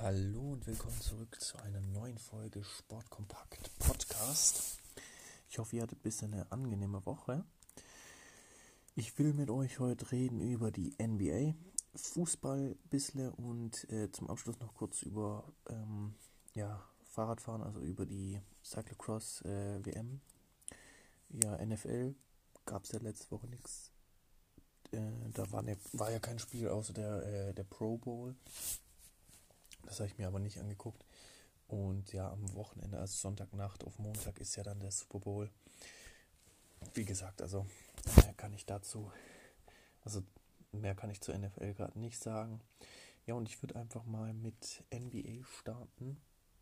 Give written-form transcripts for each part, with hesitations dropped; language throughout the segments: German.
Hallo und willkommen zurück zu einer neuen Folge Sportkompakt Podcast. Ich hoffe, ihr hattet ein bisschen eine angenehme Woche. Ich will mit euch heute reden über die NBA, Fußball ein bisschen und zum Abschluss noch kurz über Fahrradfahren, also über die Cyclocross WM. Ja, NFL gab es ja letzte Woche nichts. Da war ja kein Spiel außer der Pro Bowl. Das habe ich mir aber nicht angeguckt. Und ja, am Wochenende, also Sonntagnacht auf Montag, ist ja dann der Super Bowl. Wie gesagt, also mehr kann ich zur NFL gerade nicht sagen. Ja, und ich würde einfach mal mit NBA starten.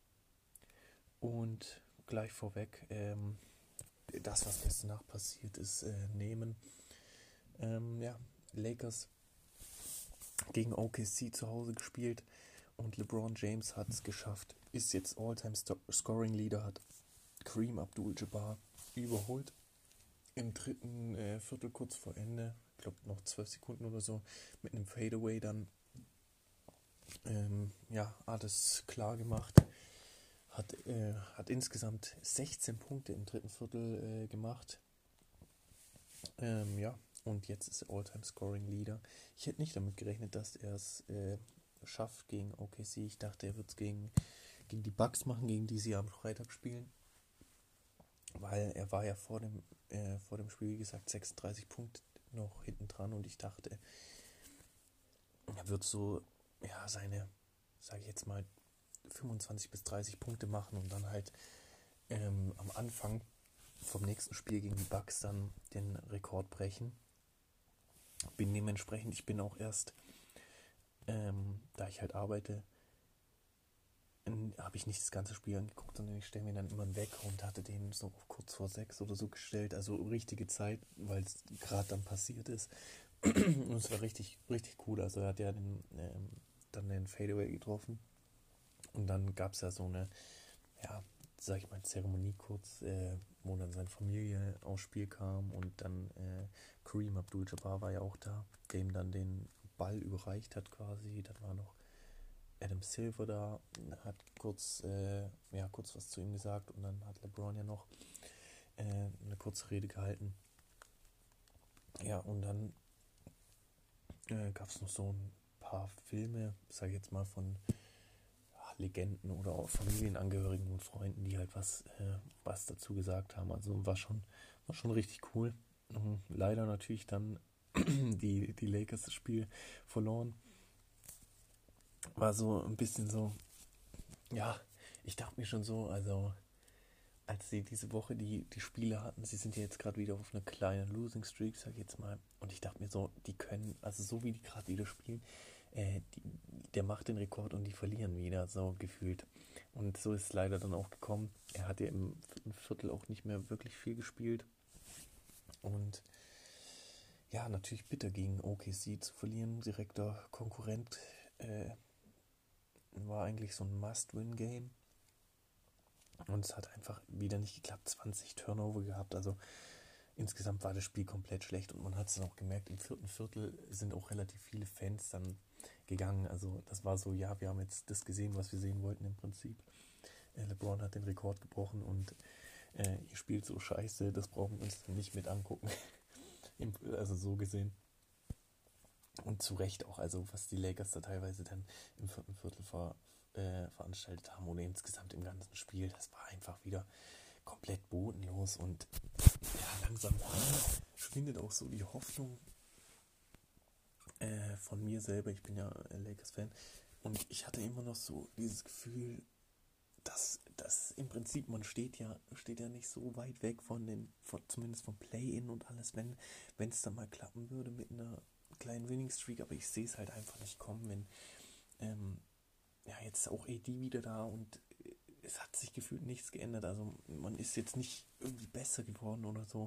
Und gleich vorweg, das, was gestern Nacht passiert ist, nehmen. Lakers gegen OKC zu Hause gespielt. Und LeBron James hat es geschafft, ist jetzt All-Time-Scoring-Leader, hat Kareem Abdul-Jabbar überholt. Im dritten Viertel kurz vor Ende, ich glaube noch 12 Sekunden oder so, mit einem Fadeaway dann alles klar gemacht. Hat insgesamt 16 Punkte im dritten Viertel gemacht. Und jetzt ist er All-Time-Scoring-Leader. Ich hätte nicht damit gerechnet, dass er es schafft gegen OKC. Ich dachte, er wird es gegen die Bucks machen, gegen die sie am Freitag spielen. Weil er war ja vor dem Spiel, wie gesagt, 36 Punkte noch hinten dran und ich dachte, er wird so seine, sage ich jetzt mal, 25 bis 30 Punkte machen und dann halt am Anfang vom nächsten Spiel gegen die Bucks dann den Rekord brechen. Ich bin auch erst, da ich halt arbeite, habe ich nicht das ganze Spiel angeguckt, sondern ich stelle mir dann immer einen Wecker und hatte den so auf kurz vor 6 oder so gestellt, also richtige Zeit, weil es gerade dann passiert ist. Und es war richtig, richtig cool. Also er hat ja dann den Fadeaway getroffen und dann gab es ja so eine, Zeremonie kurz, wo dann seine Familie aufs Spiel kam und dann Kareem Abdul-Jabbar war ja auch da, der ihm dann den Ball überreicht hat quasi. Dann war noch Adam Silver da, hat kurz was zu ihm gesagt und dann hat LeBron ja noch eine kurze Rede gehalten. Ja, und dann gab es noch so ein paar Filme, sage ich jetzt mal, von Legenden oder auch Familienangehörigen und Freunden, die halt was dazu gesagt haben. Also war schon richtig cool. Leider natürlich dann die Lakers das Spiel verloren. War so ein bisschen so, ja, ich dachte mir schon so, also als sie diese Woche die Spiele hatten, sie sind ja jetzt gerade wieder auf einer kleinen Losing Streak, sag ich jetzt mal, und ich dachte mir so, die können, also so wie die gerade wieder spielen, der macht den Rekord und die verlieren wieder, so gefühlt. Und so ist es leider dann auch gekommen. Er hat ja im Viertel auch nicht mehr wirklich viel gespielt. Und ja, natürlich bitter gegen OKC zu verlieren. Direkter Konkurrent war eigentlich so ein Must-Win-Game. Und es hat einfach wieder nicht geklappt. 20 Turnover gehabt. Also insgesamt war das Spiel komplett schlecht. Und man hat es dann auch gemerkt, im vierten Viertel sind auch relativ viele Fans dann gegangen. Also das war so, ja, wir haben jetzt das gesehen, was wir sehen wollten im Prinzip. LeBron hat den Rekord gebrochen und ihr spielt so scheiße, das brauchen wir uns nicht mit angucken. Also so gesehen. Und zu Recht auch, also was die Lakers da teilweise dann im vierten Viertel veranstaltet haben oder insgesamt im ganzen Spiel, das war einfach wieder komplett bodenlos und ja, langsam schwindet auch so die Hoffnung von mir selber. Ich bin ja Lakers-Fan und ich hatte immer noch so dieses Gefühl, dass im Prinzip, man steht ja nicht so weit weg zumindest vom Play-In und alles, wenn es dann mal klappen würde mit einer kleinen Winning-Streak, aber ich sehe es halt einfach nicht kommen, wenn jetzt ist auch AD wieder da und es hat sich gefühlt nichts geändert, also man ist jetzt nicht irgendwie besser geworden oder so.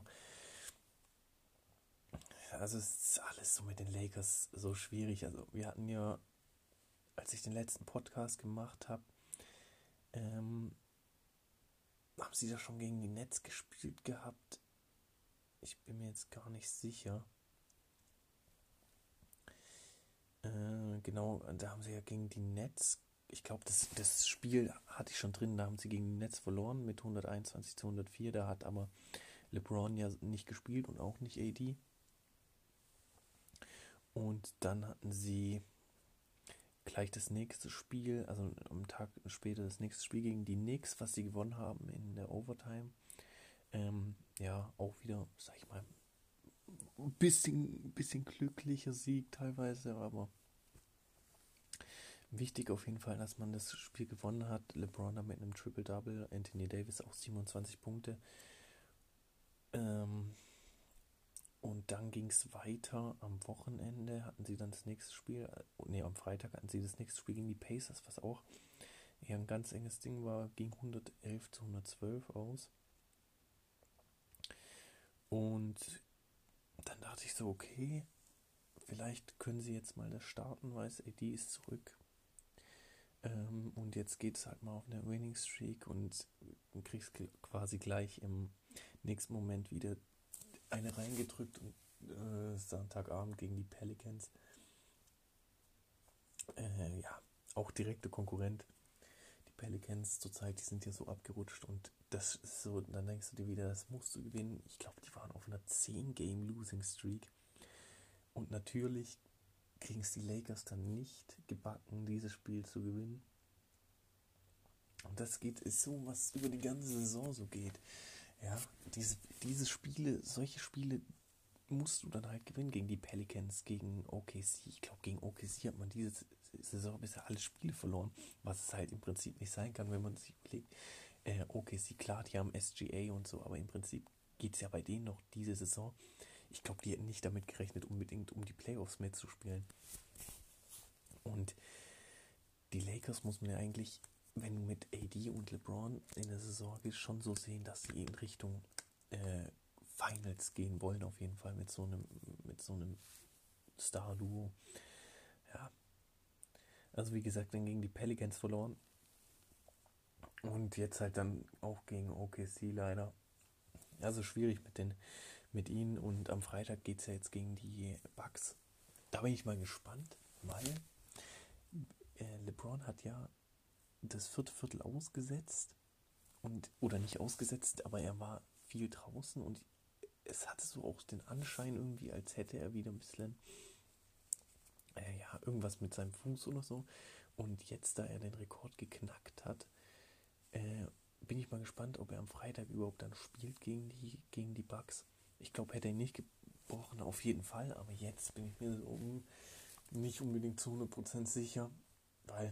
Also es ist alles so mit den Lakers so schwierig. Also wir hatten ja, als ich den letzten Podcast gemacht habe, haben sie da schon gegen die Nets gespielt gehabt? Ich bin mir jetzt gar nicht sicher. Genau, da haben sie ja gegen die Nets ich glaube, das Spiel hatte ich schon drin, da haben sie gegen die Nets verloren mit 121-104, da hat aber LeBron ja nicht gespielt und auch nicht AD. Und dann hatten sie gleich das nächste Spiel, also am Tag später das nächste Spiel gegen die Knicks, was sie gewonnen haben in der Overtime. Ja, auch wieder, sag ich mal, ein bisschen glücklicher Sieg teilweise, aber wichtig auf jeden Fall, dass man das Spiel gewonnen hat. LeBron mit einem Triple-Double, Anthony Davis auch 27 Punkte. Und dann ging es weiter. Am Wochenende hatten sie dann das nächste Spiel, am Freitag hatten sie das nächste Spiel gegen die Pacers, was auch eher ein ganz enges Ding war, ging 111-112 aus. Und dann dachte ich so, okay, vielleicht können sie jetzt mal das starten, weil AD ist zurück. Und jetzt geht es halt mal auf eine Winning Streak und du kriegst quasi gleich im nächsten Moment wieder eine reingedrückt und Sonntagabend gegen die Pelicans. Ja, auch direkte Konkurrent. Die Pelicans zurzeit, die sind ja so abgerutscht und das ist so, dann denkst du dir wieder, das musst du gewinnen. Ich glaube, die waren auf einer 10-Game-Losing-Streak. Und natürlich kriegen es die Lakers dann nicht gebacken, dieses Spiel zu gewinnen. Und das ist so, was über die ganze Saison so geht. Ja, diese Spiele, solche Spiele musst du dann halt gewinnen gegen die Pelicans, gegen OKC. Ich glaube, gegen OKC hat man diese Saison bisher alle Spiele verloren, was es halt im Prinzip nicht sein kann, wenn man sich überlegt. OKC, klar, die haben SGA und so, aber im Prinzip geht es ja bei denen noch diese Saison. Ich glaube, die hätten nicht damit gerechnet, unbedingt um die Playoffs mitzuspielen. Und die Lakers muss man ja eigentlich, wenn du mit AD und LeBron in der Saison gehst, schon so sehen, dass sie in Richtung Finals gehen wollen, auf jeden Fall mit so einem Star-Duo. Ja. Also wie gesagt, dann gegen die Pelicans verloren. Und jetzt halt dann auch gegen OKC leider. Also schwierig mit ihnen. Und am Freitag geht es ja jetzt gegen die Bucks. Da bin ich mal gespannt, weil LeBron hat ja das vierte Viertel ausgesetzt. Oder nicht ausgesetzt, aber er war viel draußen und es hatte so auch den Anschein irgendwie, als hätte er wieder ein bisschen irgendwas mit seinem Fuß oder so. Und jetzt, da er den Rekord geknackt hat, bin ich mal gespannt, ob er am Freitag überhaupt dann spielt gegen die Bucks. Ich glaube, hätte er ihn nicht gebrochen, auf jeden Fall. Aber jetzt bin ich mir so nicht unbedingt zu 100% sicher, weil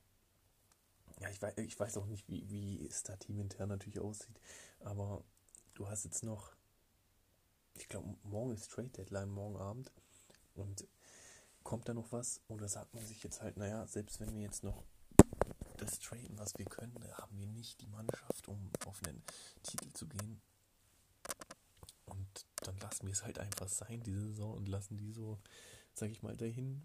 ja, ich weiß auch nicht, wie es da teamintern natürlich aussieht. Aber du hast jetzt noch, ich glaube, morgen ist Trade Deadline, morgen Abend. Und kommt da noch was? Oder sagt man sich jetzt halt, naja, selbst wenn wir jetzt noch das traden, was wir können, haben wir nicht die Mannschaft, um auf einen Titel zu gehen. Und dann lassen wir es halt einfach sein, diese Saison, und lassen die so, sag ich mal, dahin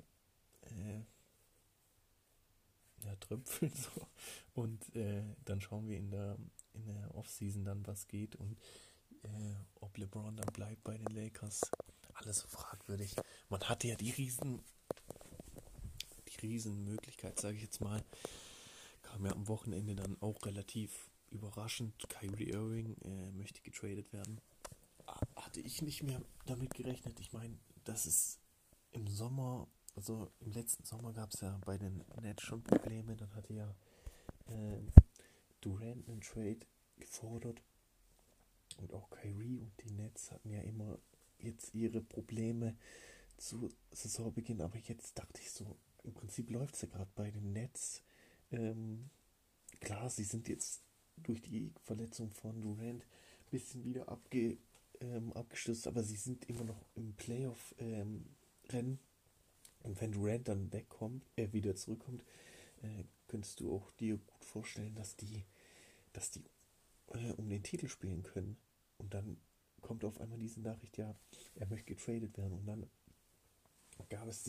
tröpfeln so. Und dann schauen wir in der Offseason dann, was geht und ob LeBron dann bleibt bei den Lakers. Alles so fragwürdig. Man hatte ja die Riesenmöglichkeit, sage ich jetzt mal, kam ja am Wochenende dann auch relativ überraschend. Kyrie Irving möchte getradet werden. Hatte ich nicht mehr damit gerechnet. Ich meine, das ist im Sommer, also im letzten Sommer gab es ja bei den Nets schon Probleme. Dann hatte ja Durant einen Trade gefordert. Und auch Kyrie und die Nets hatten ja immer jetzt ihre Probleme zu Saisonbeginn. Aber jetzt dachte ich so, im Prinzip läuft es ja gerade bei den Nets. Klar, sie sind jetzt durch die Verletzung von Durant ein bisschen wieder abgestürzt, aber sie sind immer noch im Playoff-Rennen. Und wenn Durant dann wieder zurückkommt, könntest du auch dir gut vorstellen, dass die um den Titel spielen können. Und dann kommt auf einmal diese Nachricht, ja, er möchte getradet werden. Und dann gab es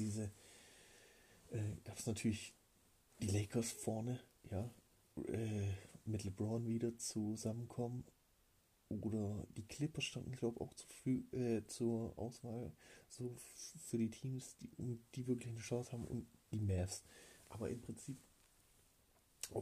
natürlich die Lakers vorne, ja, mit LeBron wieder zusammenkommen. Oder die Clippers standen, glaube ich, auch zur Auswahl so für die Teams, die wirklich eine Chance haben, und die Mavs. Aber im Prinzip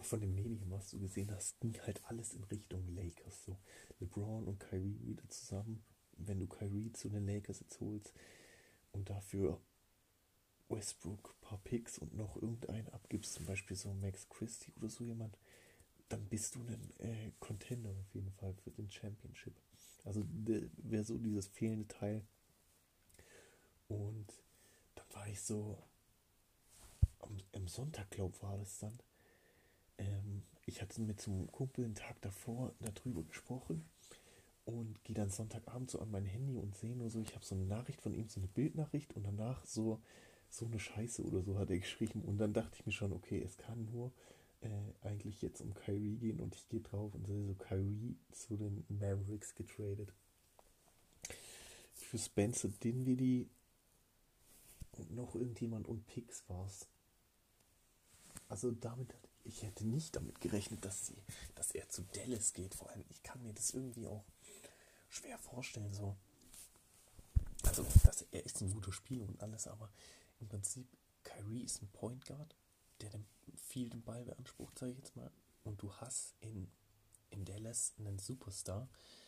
auch von den Medien, was du gesehen hast, ging halt alles in Richtung Lakers. So LeBron und Kyrie wieder zusammen. Wenn du Kyrie zu den Lakers jetzt holst und dafür Westbrook, ein paar Picks und noch irgendeinen abgibst, zum Beispiel so Max Christie oder so jemand, dann bist du ein Contender auf jeden Fall für den Championship. Also wäre so dieses fehlende Teil. Und dann war ich so, am Sonntag, glaube ich, war das dann. Ich hatte mit so einem Kumpel einen Tag davor darüber gesprochen und gehe dann Sonntagabend so an mein Handy und sehe nur so, ich habe so eine Nachricht von ihm, so eine Bildnachricht und danach so eine Scheiße oder so hat er geschrieben und dann dachte ich mir schon, okay, es kann nur eigentlich jetzt um Kyrie gehen und ich gehe drauf und sehe so Kyrie zu den Mavericks getradet. Für Spencer Dinwiddie und noch irgendjemand und Picks war's. Also ich hätte nicht damit gerechnet, dass er zu Dallas geht. Vor allem, ich kann mir das irgendwie auch schwer vorstellen. So. Also, er ist ein guter Spieler und alles, aber im Prinzip, Kyrie ist ein Point Guard, der viel den Ball beansprucht, sage ich jetzt mal. Und du hast in Dallas einen Superstar,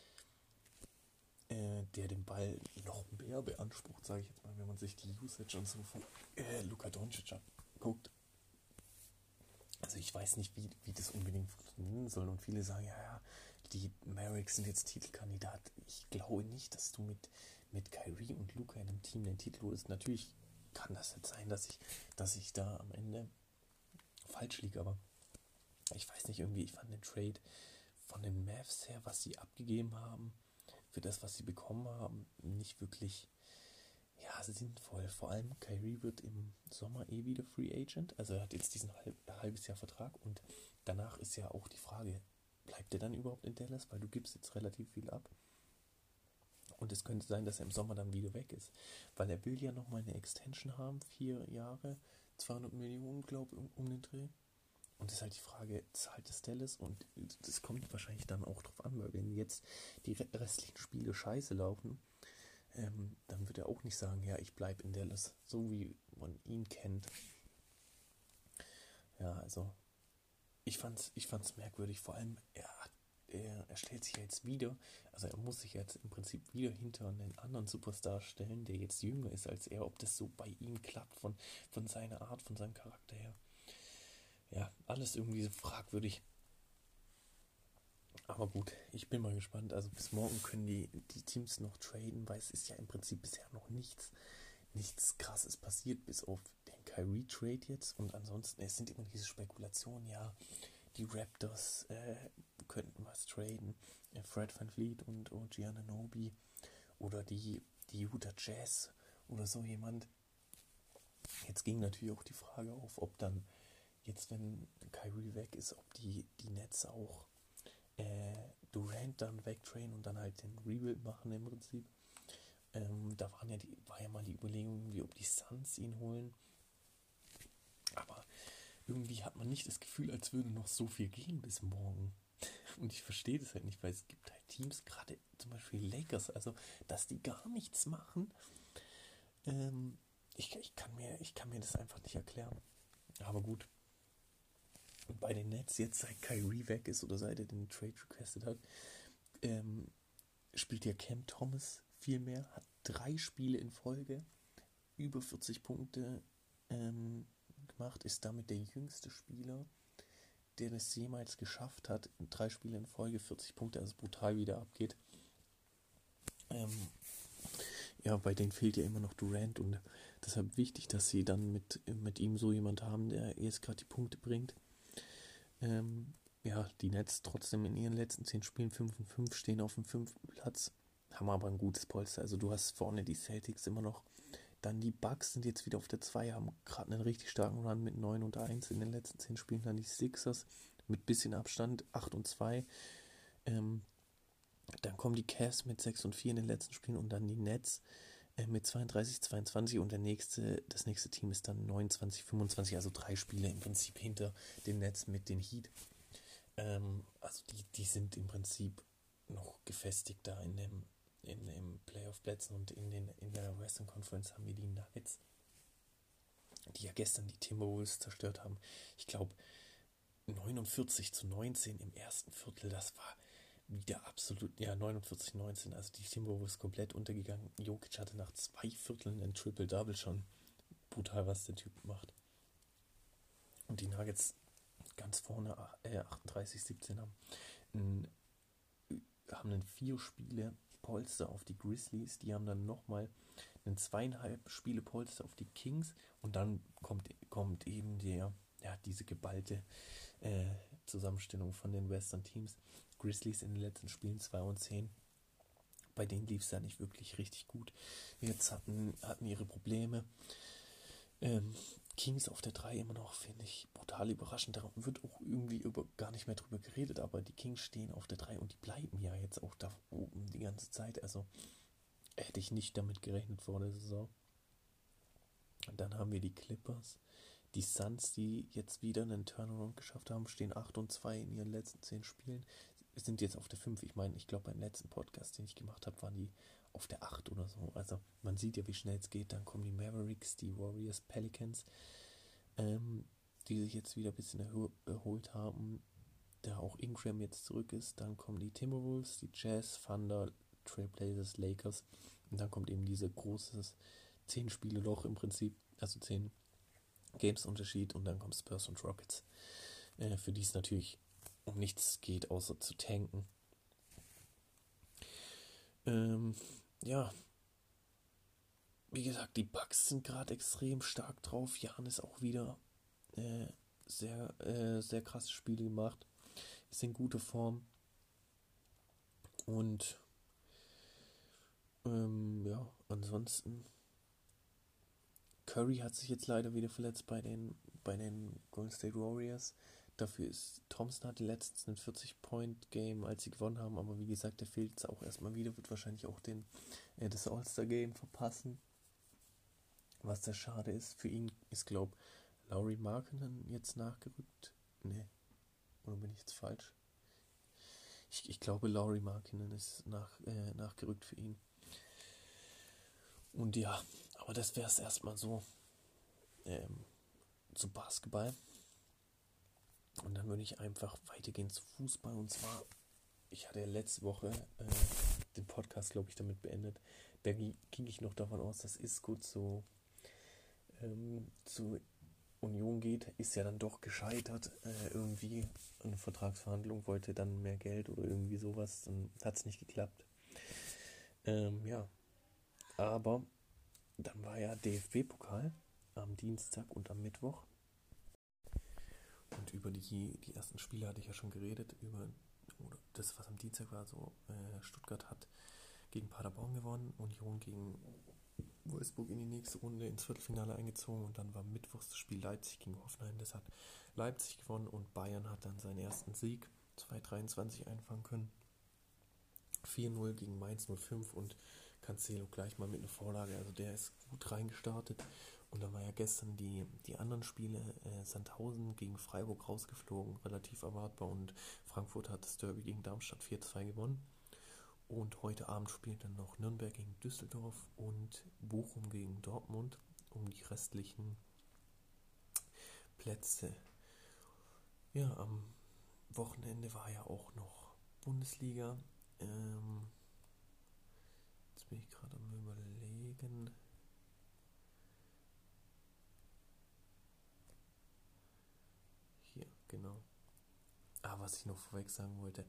der den Ball noch mehr beansprucht, sage ich jetzt mal, wenn man sich die Usage und so von Luka Doncic guckt. Also ich weiß nicht, wie das unbedingt funktionieren soll. Und viele sagen, ja, die Mavericks sind jetzt Titelkandidat. Ich glaube nicht, dass du mit Kyrie und Luka in einem Team den Titel holst. Natürlich kann das jetzt sein, dass ich da am Ende falsch liege, aber ich weiß nicht, irgendwie, ich fand den Trade von den Mavs her, was sie abgegeben haben, für das, was sie bekommen haben, nicht wirklich sinnvoll. Vor allem Kyrie wird im Sommer wieder Free Agent, also er hat jetzt diesen halbes Jahr Vertrag und danach ist ja auch die Frage, bleibt er dann überhaupt in Dallas, weil du gibst jetzt relativ viel ab und es könnte sein, dass er im Sommer dann wieder weg ist, weil er will ja nochmal eine Extension haben, 4 Jahre, 200 Millionen, glaube ich, um den Dreh. Und das ist halt die Frage, zahlt es Dallas? Und das kommt wahrscheinlich dann auch drauf an, weil wenn jetzt die restlichen Spiele scheiße laufen, dann wird er auch nicht sagen, ja, ich bleibe in Dallas, so wie man ihn kennt. Ja, also ich fand's merkwürdig, vor allem er stellt sich ja jetzt wieder, also er muss sich jetzt im Prinzip wieder hinter einen anderen Superstar stellen, der jetzt jünger ist als er, ob das so bei ihm klappt, von seiner Art, von seinem Charakter her. Ja, alles irgendwie so fragwürdig. Aber gut, ich bin mal gespannt. Also bis morgen können die Teams noch traden, weil es ist ja im Prinzip bisher noch nichts Krasses passiert, bis auf den Kyrie-Trade jetzt. Und ansonsten, es sind immer diese Spekulationen, ja, die Raptors könnten was traden. Fred VanVleet und OG Anunoby oder die Utah Jazz oder so jemand. Jetzt ging natürlich auch die Frage auf, ob dann jetzt, wenn Kyrie weg ist, ob die Nets auch Durant dann wegtrainen und dann halt den Rebuild machen im Prinzip. Da war ja mal die Überlegung, wie ob die Suns ihn holen. Aber irgendwie hat man nicht das Gefühl, als würde noch so viel gehen bis morgen. Und ich verstehe das halt nicht, weil es gibt halt Teams, gerade zum Beispiel Lakers, also dass die gar nichts machen. Ich kann mir das einfach nicht erklären. Aber gut. Und bei den Nets, jetzt seit Kyrie weg ist oder seit er den Trade requested hat, spielt ja Cam Thomas viel mehr, hat 3 Spiele in Folge, über 40 Punkte gemacht, ist damit der jüngste Spieler, der das jemals geschafft hat, 3 Spiele in Folge, 40 Punkte, also brutal wieder abgeht. Ja, bei denen fehlt ja immer noch Durant und deshalb wichtig, dass sie dann mit ihm so jemand haben, der jetzt gerade die Punkte bringt. Die Nets trotzdem in ihren letzten 10 Spielen 5-5 stehen auf dem 5. Platz, haben aber ein gutes Polster. Also du hast vorne die Celtics immer noch. Dann die Bucks sind jetzt wieder auf der 2, haben gerade einen richtig starken Run mit 9-1 in den letzten 10 Spielen. Dann die Sixers mit bisschen Abstand 8-2. Dann kommen die Cavs mit 6-4 in den letzten Spielen und dann die Nets mit 32-22 und das nächste Team ist dann 29-25, also 3 Spiele im Prinzip hinter den Nets mit den Heat. Also die sind im Prinzip noch gefestigt da in den Playoff-Plätzen und in der Western Conference haben wir die Nuggets, die ja gestern die Timberwolves zerstört haben. Ich glaube, 49-19 im ersten Viertel, das war wieder absolut, ja, 49-19, also die Timberwolves komplett untergegangen. Jokic hatte nach 2 Vierteln ein Triple-Double schon. Brutal, was der Typ macht. Und die Nuggets ganz vorne 38-17 haben einen 4 Spiele Polster auf die Grizzlies, die haben dann nochmal einen 2,5 Spiele Polster auf die Kings und dann kommt eben diese geballte Zusammenstellung von den Western Teams. Grizzlies in den letzten Spielen 2-10. Bei denen lief es ja nicht wirklich richtig gut. Jetzt hatten ihre Probleme. Kings auf der 3 immer noch, finde ich, brutal überraschend. Da wird auch irgendwie gar nicht mehr drüber geredet, aber die Kings stehen auf der 3 und die bleiben ja jetzt auch da oben die ganze Zeit. Also hätte ich nicht damit gerechnet vor der Saison. Und dann haben wir die Clippers. Die Suns, die jetzt wieder einen Turnaround geschafft haben, stehen 8-2 in ihren letzten 10 Spielen. Sind jetzt auf der 5. Ich glaube, beim letzten Podcast, den ich gemacht habe, waren die auf der 8 oder so. Also man sieht ja, wie schnell es geht. Dann kommen die Mavericks, die Warriors, Pelicans, die sich jetzt wieder ein bisschen erholt haben. Da auch Ingram jetzt zurück ist. Dann kommen die Timberwolves, die Jazz, Thunder, Trailblazers, Lakers. Und dann kommt eben dieses großes 10-Spiele-Loch im Prinzip. Also 10 Games Unterschied. Und dann kommen Spurs und Rockets. Für die es natürlich um nichts geht, außer zu tanken. Ja, wie gesagt, die Bucks sind gerade extrem stark drauf. Giannis auch wieder sehr krasse Spiele gemacht. Ist in guter Form. Und ansonsten Curry hat sich jetzt leider wieder verletzt bei den Golden State Warriors. Dafür ist Thompson hatte letztens ein 40-Point-Game, als sie gewonnen haben, aber wie gesagt, der fehlt jetzt auch erstmal wieder, wird wahrscheinlich auch das All-Star-Game verpassen. Was sehr schade ist. Für ihn ist, glaube ich, Lauri Markkanen jetzt nachgerückt. Ne, oder bin ich jetzt falsch? Ich glaube, Lauri Markkanen ist nachgerückt für ihn. Und ja, aber das wäre es erstmal so zu Basketball. Und dann würde ich einfach weitergehen zu Fußball. Und zwar, ich hatte ja letzte Woche den Podcast, glaube ich, damit beendet. Da ging ich noch davon aus, dass Isco zu Union geht. Ist ja dann doch gescheitert. Irgendwie eine Vertragsverhandlung, wollte dann mehr Geld oder irgendwie sowas. Dann hat es nicht geklappt. Aber dann war ja DFB-Pokal am Dienstag und am Mittwoch. Und über die ersten Spiele hatte ich ja schon geredet, oder das, was am Dienstag war, so Stuttgart hat gegen Paderborn gewonnen, Union gegen Wolfsburg in die nächste Runde ins Viertelfinale eingezogen und dann war mittwochs das Spiel Leipzig gegen Hoffenheim, das hat Leipzig gewonnen und Bayern hat dann seinen ersten Sieg 2023 einfangen können. 4-0 gegen Mainz 05 und Cancelo gleich mal mit einer Vorlage, also der ist gut reingestartet. Und dann war ja gestern die anderen Spiele, Sandhausen gegen Freiburg rausgeflogen, relativ erwartbar. Und Frankfurt hat das Derby gegen Darmstadt 4-2 gewonnen. Und heute Abend spielt dann noch Nürnberg gegen Düsseldorf und Bochum gegen Dortmund um die restlichen Plätze. Ja, am Wochenende war ja auch noch Bundesliga. Jetzt bin ich gerade am Überlegen. Hier, genau. Was ich noch vorweg sagen wollte,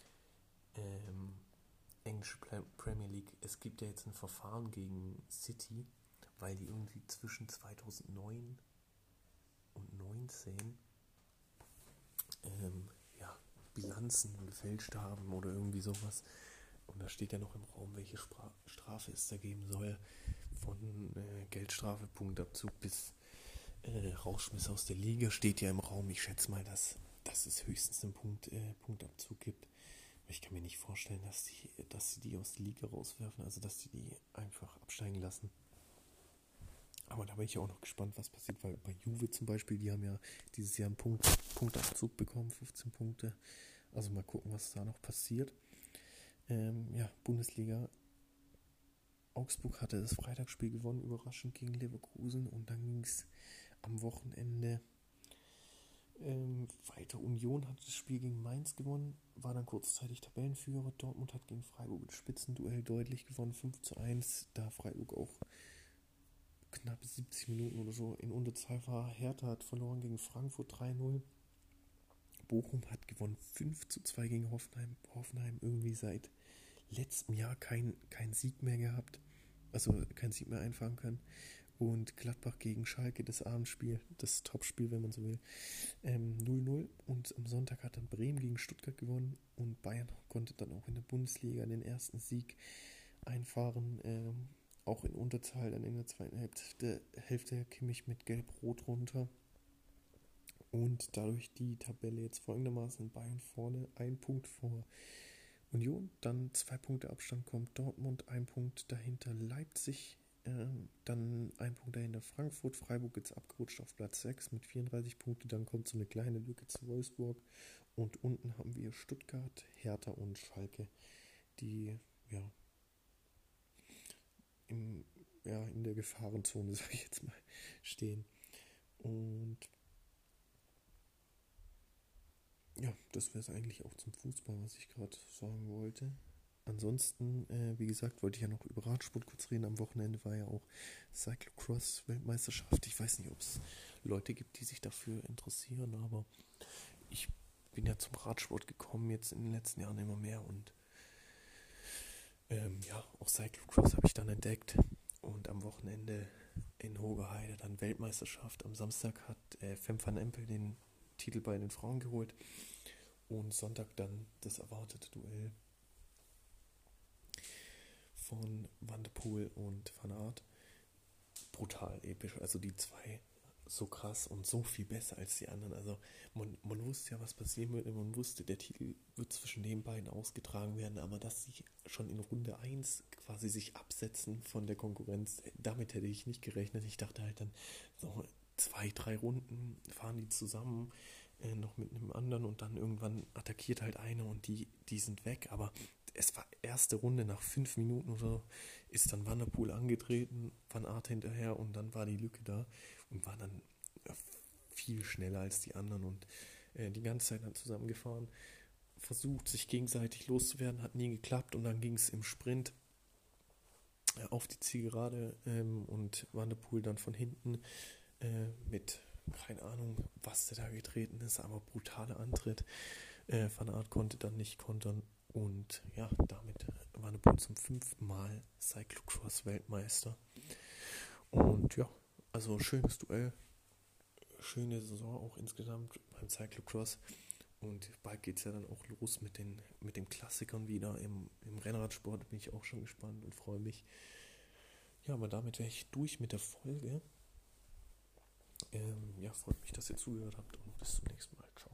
englische Premier League, es gibt ja jetzt ein Verfahren gegen City, weil die irgendwie zwischen 2009 und 2019 Bilanzen gefälscht haben oder irgendwie sowas. Und da steht ja noch im Raum, welche Strafe es da geben soll, von Geldstrafe, Punktabzug bis Rausschmiss aus der Liga steht ja im Raum. Ich schätze mal, dass es höchstens einen Punktabzug gibt. Ich kann mir nicht vorstellen, dass sie die aus der Liga rauswerfen, also dass sie die einfach absteigen lassen. Aber da bin ich ja auch noch gespannt, was passiert, weil bei Juve zum Beispiel, die haben ja dieses Jahr einen Punktabzug bekommen, 15 Punkte. Also mal gucken, was da noch passiert. Bundesliga. Augsburg hatte das Freitagsspiel gewonnen, überraschend gegen Leverkusen. Und dann ging es am Wochenende Weiter Union hat das Spiel gegen Mainz gewonnen, war dann kurzzeitig Tabellenführer. Dortmund hat gegen Freiburg das Spitzenduell deutlich gewonnen, 5:1, da Freiburg auch knapp 70 Minuten oder so in Unterzahl war. Hertha hat verloren gegen Frankfurt 3:0. Bochum hat gewonnen 5:2 gegen Hoffenheim. Hoffenheim irgendwie seit letztem Jahr kein Sieg mehr gehabt, also kein Sieg mehr einfahren können. Und Gladbach gegen Schalke, das Abendspiel, das Topspiel, wenn man so will, 0:0. Und am Sonntag hat dann Bremen gegen Stuttgart gewonnen und Bayern konnte dann auch in der Bundesliga den ersten Sieg einfahren, auch in Unterzahl, dann in der zweiten Hälfte Kimmich mit Gelb-Rot runter. Und dadurch die Tabelle jetzt folgendermaßen: Bayern vorne, 1 Punkt vor Union, dann 2 Punkte Abstand kommt Dortmund, 1 Punkt dahinter Leipzig, dann 1 Punkt dahinter Frankfurt. Freiburg jetzt abgerutscht auf Platz 6 mit 34 Punkten, dann kommt so eine kleine Lücke zu Wolfsburg und unten haben wir Stuttgart, Hertha und Schalke, die in der Gefahrenzone, sag ich jetzt mal, stehen. Und ja, das wäre es eigentlich auch zum Fußball, was ich gerade sagen wollte. Ansonsten, wie gesagt, wollte ich ja noch über Radsport kurz reden. Am Wochenende war ja auch Cyclocross-Weltmeisterschaft. Ich weiß nicht, ob es Leute gibt, die sich dafür interessieren, aber ich bin ja zum Radsport gekommen, jetzt in den letzten Jahren immer mehr. Und auch Cyclocross habe ich dann entdeckt. Und am Wochenende in Hogeheide dann Weltmeisterschaft. Am Samstag hat Fem van Empel den Titel bei den Frauen geholt. Und Sonntag dann das erwartete Duell von Van der Poel und Van Aert. Brutal episch. Also die zwei so krass und so viel besser als die anderen. Also man wusste ja, was passieren würde. Man wusste, der Titel wird zwischen den beiden ausgetragen werden. Aber dass sie schon in Runde 1 quasi sich absetzen von der Konkurrenz, damit hätte ich nicht gerechnet. Ich dachte halt dann, so 2-3 Runden fahren die zusammen, noch mit einem anderen und dann irgendwann attackiert halt einer und die sind weg. Aber es war erste Runde, nach 5 Minuten oder so, ist dann Van der Poel angetreten, Van Aert hinterher und dann war die Lücke da und war dann viel schneller als die anderen und die ganze Zeit dann zusammengefahren, versucht sich gegenseitig loszuwerden, hat nie geklappt und dann ging es im Sprint auf die Zielgerade und Van der Poel dann von hinten mit, keine Ahnung, was der da getreten ist, aber brutaler Antritt. Van Aert konnte dann nicht kontern und ja, damit war der Poel zum 5. Mal Cyclocross-Weltmeister. Und ja, also schönes Duell, schöne Saison auch insgesamt beim Cyclocross. Und bald geht es ja dann auch los mit den Klassikern wieder. Im Rennradsport bin ich auch schon gespannt und freue mich. Ja, aber damit wäre ich durch mit der Folge. Freut mich, dass ihr zugehört habt und bis zum nächsten Mal. Ciao.